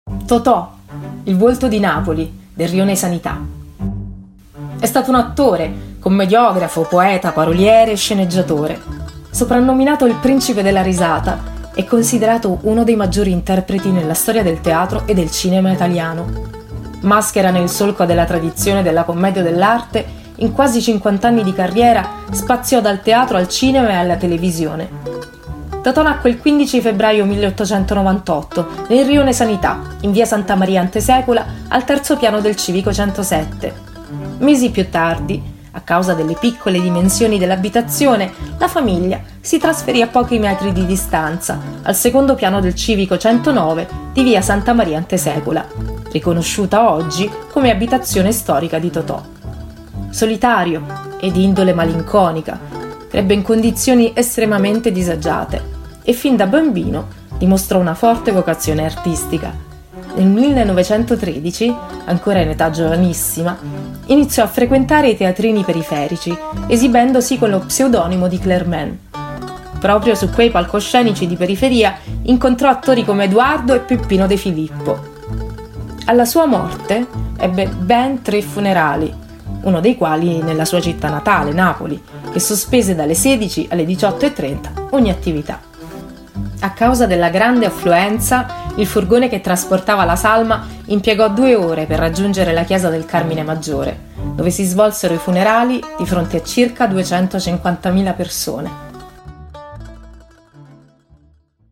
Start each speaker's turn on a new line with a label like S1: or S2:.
S1: Totò, il volto di Napoli, del Rione Sanità. È stato un attore, commediografo, poeta, paroliere e sceneggiatore. Soprannominato il principe della risata, è considerato uno dei maggiori interpreti nella storia del teatro e del cinema italiano. Maschera nel solco della tradizione della commedia dell'arte, in quasi 50 anni di carriera spaziò dal teatro al cinema e alla televisione. Totò nacque il 15 febbraio 1898 nel Rione Sanità, in via Santa Maria Antesecula, al terzo piano del Civico 107. Mesi più tardi, a causa delle piccole dimensioni dell'abitazione, la famiglia si trasferì a pochi metri di distanza, al secondo piano del Civico 109 di via Santa Maria Antesecula, riconosciuta oggi come abitazione storica di Totò. Solitario e di indole malinconica, crebbe in condizioni estremamente disagiate e fin da bambino dimostrò una forte vocazione artistica. Nel 1913, ancora in età giovanissima, iniziò a frequentare i teatrini periferici, esibendosi con lo pseudonimo di Clermont. Proprio su quei palcoscenici di periferia incontrò attori come Edoardo e Peppino De Filippo. Alla sua morte ebbe ben 3 funerali, uno dei quali nella sua città natale, Napoli, che sospese dalle 16 alle 18:30 ogni attività. A causa della grande affluenza, il furgone che trasportava la salma impiegò 2 ore per raggiungere la chiesa del Carmine Maggiore, dove si svolsero i funerali di fronte a circa 250.000 persone.